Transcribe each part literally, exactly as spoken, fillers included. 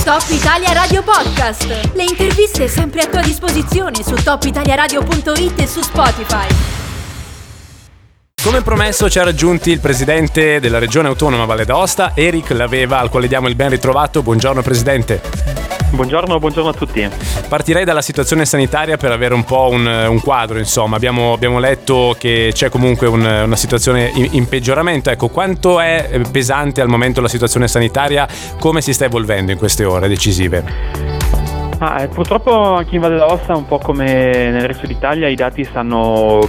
Top Italia Radio Podcast. Le interviste sempre a tua disposizione su top italia radio punto it e su Spotify. Come promesso ci ha raggiunti il presidente della regione autonoma Valle d'Aosta, Eric Laveva, al quale diamo il ben ritrovato. Buongiorno presidente. Buongiorno, buongiorno a tutti. Partirei dalla situazione sanitaria per avere un po' un, un quadro, insomma. Abbiamo, abbiamo letto che c'è comunque un, una situazione in, in peggioramento. Ecco, quanto è pesante al momento la situazione sanitaria? Come si sta evolvendo in queste ore decisive? Ah, eh, purtroppo anche in Valle d'Aosta, un po' come nel resto d'Italia, i dati stanno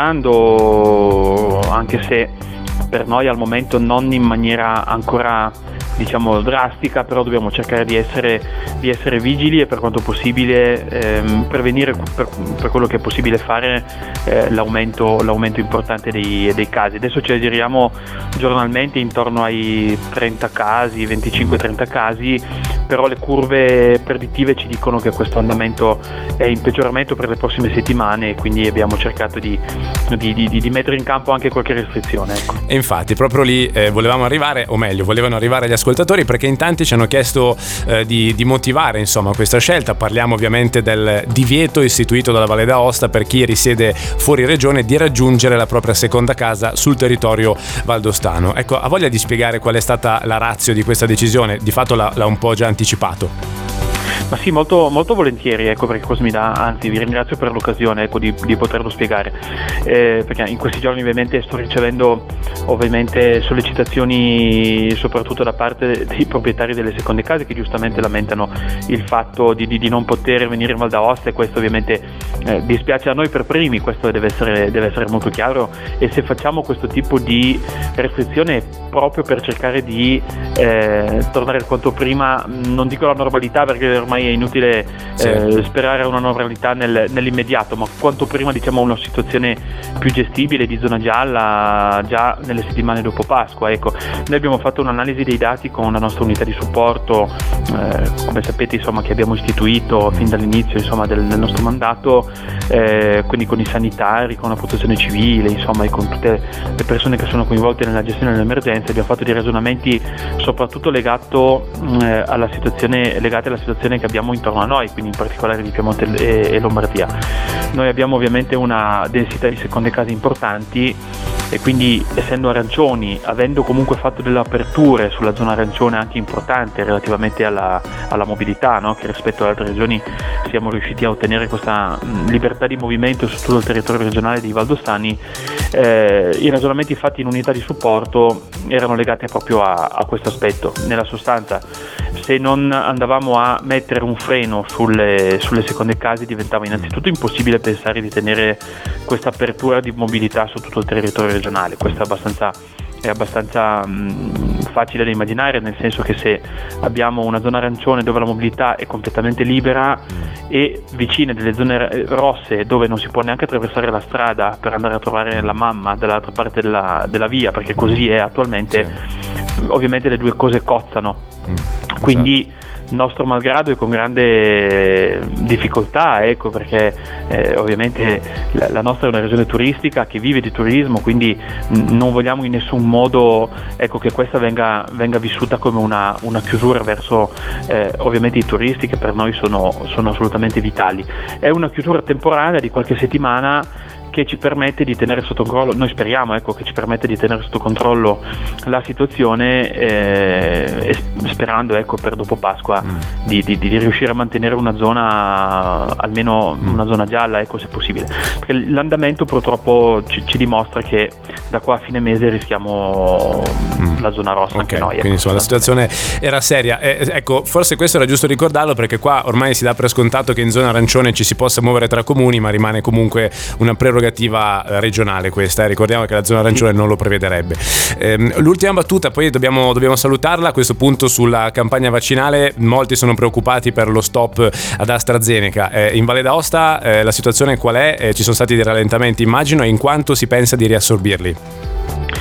peggiorando, anche se per noi al momento non in maniera ancora, diciamo, drastica, però dobbiamo cercare di essere, di essere vigili e per quanto possibile ehm, prevenire per, per quello che è possibile fare eh, l'aumento, l'aumento importante dei, dei casi. Adesso ci aggiriamo giornalmente intorno ai trenta casi, venticinque trenta casi, però le curve predittive ci dicono che questo andamento è in peggioramento per le prossime settimane e quindi abbiamo cercato di, di, di, di mettere in campo anche qualche restrizione. Ecco. E infatti proprio lì eh, volevamo arrivare, o meglio volevano arrivare gli ascoltatori, perché in tanti ci hanno chiesto eh, di, di motivare insomma questa scelta. Parliamo ovviamente del divieto istituito dalla Valle d'Aosta per chi risiede fuori regione di raggiungere la propria seconda casa sul territorio valdostano. Ecco, ha voglia di spiegare qual è stata la ratio di questa decisione? Di fatto l'ha, l'ha un po' già anticipato. Ma sì, molto, molto volentieri, ecco, perché questo mi dà, anzi vi ringrazio per l'occasione, ecco, di, di poterlo spiegare, eh, perché in questi giorni ovviamente sto ricevendo ovviamente sollecitazioni soprattutto da parte dei proprietari delle seconde case che giustamente lamentano il fatto di, di, di non poter venire in Val d'Aosta, e questo ovviamente eh, dispiace a noi per primi, questo deve essere, deve essere molto chiaro, e se facciamo questo tipo di restrizione è proprio per cercare di eh, tornare quanto prima, non dico alla normalità perché ormai è inutile sì. eh, sperare a una normalità nel, nell'immediato, ma quanto prima, diciamo, una situazione più gestibile di zona gialla già nelle settimane dopo Pasqua. Ecco, noi abbiamo fatto un'analisi dei dati con la nostra unità di supporto, eh, come sapete, insomma, che abbiamo istituito fin dall'inizio, insomma, del, del nostro mandato, eh, quindi con i sanitari, con la protezione civile, insomma, e con tutte le persone che sono coinvolte nella gestione dell'emergenza. Abbiamo fatto dei ragionamenti soprattutto legato, eh, alla situazione, legate alla situazione che abbiamo intorno a noi, quindi in particolare di Piemonte e, e Lombardia. Noi abbiamo ovviamente una densità di seconde case importanti e quindi, essendo arancioni, avendo comunque fatto delle aperture sulla zona arancione anche importante relativamente alla, alla mobilità, no? Che rispetto ad altre regioni siamo riusciti a ottenere questa mh, libertà di movimento su tutto il territorio regionale dei valdostani, eh, i ragionamenti fatti in unità di supporto erano legati proprio a, a questo aspetto. Nella sostanza, se non andavamo a mettere un freno sulle, sulle seconde case, diventava innanzitutto impossibile pensare di tenere questa apertura di mobilità su tutto il territorio regionale. Questo è abbastanza, è abbastanza mh, facile da immaginare, nel senso che se abbiamo una zona arancione dove la mobilità è completamente libera e vicine delle zone rosse dove non si può neanche attraversare la strada per andare a trovare la mamma dall'altra parte della, della via, perché così è attualmente, sì. Ovviamente le due cose cozzano. Mm. Quindi nostro malgrado e con grande difficoltà, ecco, perché eh, ovviamente la, la nostra è una regione turistica che vive di turismo, quindi n- non vogliamo in nessun modo, ecco, che questa venga, venga vissuta come una, una chiusura verso eh, ovviamente i turisti, che per noi sono, sono assolutamente vitali. È una chiusura temporanea di qualche settimana che ci permette di tenere sotto controllo, noi speriamo, ecco, che ci permette di tenere sotto controllo la situazione, eh, e sperando, ecco, per dopo Pasqua mm. di, di, di riuscire a mantenere una zona, almeno mm. una zona gialla, ecco, se possibile, perché l'andamento purtroppo ci, ci dimostra che da qua a fine mese rischiamo mm. la zona rossa, okay, anche noi, ecco. Quindi insomma la situazione era seria, eh, ecco, forse questo era giusto ricordarlo, perché qua ormai si dà per scontato che in zona arancione ci si possa muovere tra comuni, ma rimane comunque una prerogativa regionale questa, eh. Ricordiamo che la zona arancione non lo prevederebbe. Ehm, l'ultima battuta, poi dobbiamo, dobbiamo salutarla. A questo punto sulla campagna vaccinale molti sono preoccupati per lo stop ad AstraZeneca. Eh, in Valle d'Aosta eh, la situazione qual è? Eh, ci sono stati dei rallentamenti, immagino, e in quanto si pensa di riassorbirli?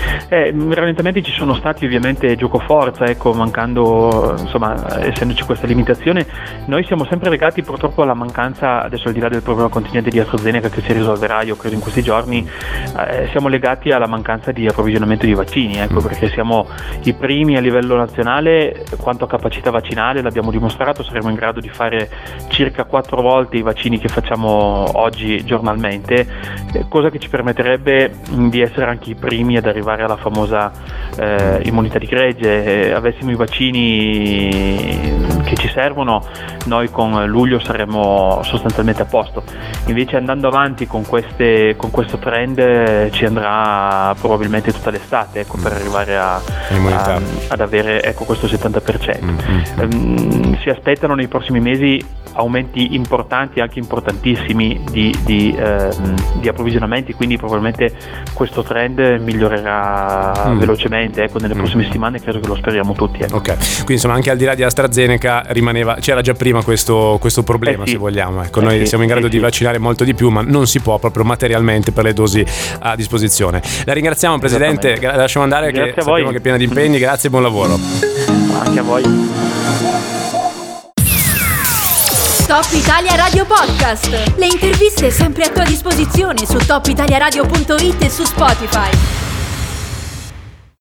Eh, I rallentamenti ci sono stati ovviamente gioco forza, ecco, mancando, insomma, essendoci questa limitazione, noi siamo sempre legati purtroppo alla mancanza, adesso al di là del problema contingente di AstraZeneca che si risolverà io credo in questi giorni, eh, siamo legati alla mancanza di approvvigionamento di vaccini, ecco, perché siamo i primi a livello nazionale quanto a capacità vaccinale, l'abbiamo dimostrato, saremo in grado di fare circa quattro volte i vaccini che facciamo oggi giornalmente, eh, cosa che ci permetterebbe di essere anche i primi ad arrivare alla famosa eh, immunità di gregge. Eh, avessimo i vaccini che ci servono, noi con luglio saremmo sostanzialmente a posto. Invece andando avanti con, queste, con questo trend eh, ci andrà probabilmente tutta l'estate, ecco, per arrivare a, a, ad avere, ecco, questo settanta per cento. Mm-hmm. Um, si aspettano nei prossimi mesi aumenti importanti, anche importantissimi di, di, ehm, di approvvigionamenti, quindi probabilmente questo trend migliorerà mm. velocemente, ecco, nelle prossime mm. settimane, credo che lo speriamo tutti, ecco. Ok, quindi insomma anche al di là di AstraZeneca rimaneva, c'era già prima questo, questo problema, eh sì. se vogliamo, ecco, eh noi sì, siamo in grado eh di sì. vaccinare molto di più, ma non si può proprio materialmente per le dosi a disposizione. La ringraziamo Presidente, la lasciamo andare, grazie che sappiamo che è piena di impegni, grazie e buon lavoro. Anche a voi. Top Italia Radio Podcast. Le interviste sempre a tua disposizione su top italia radio punto it e su Spotify.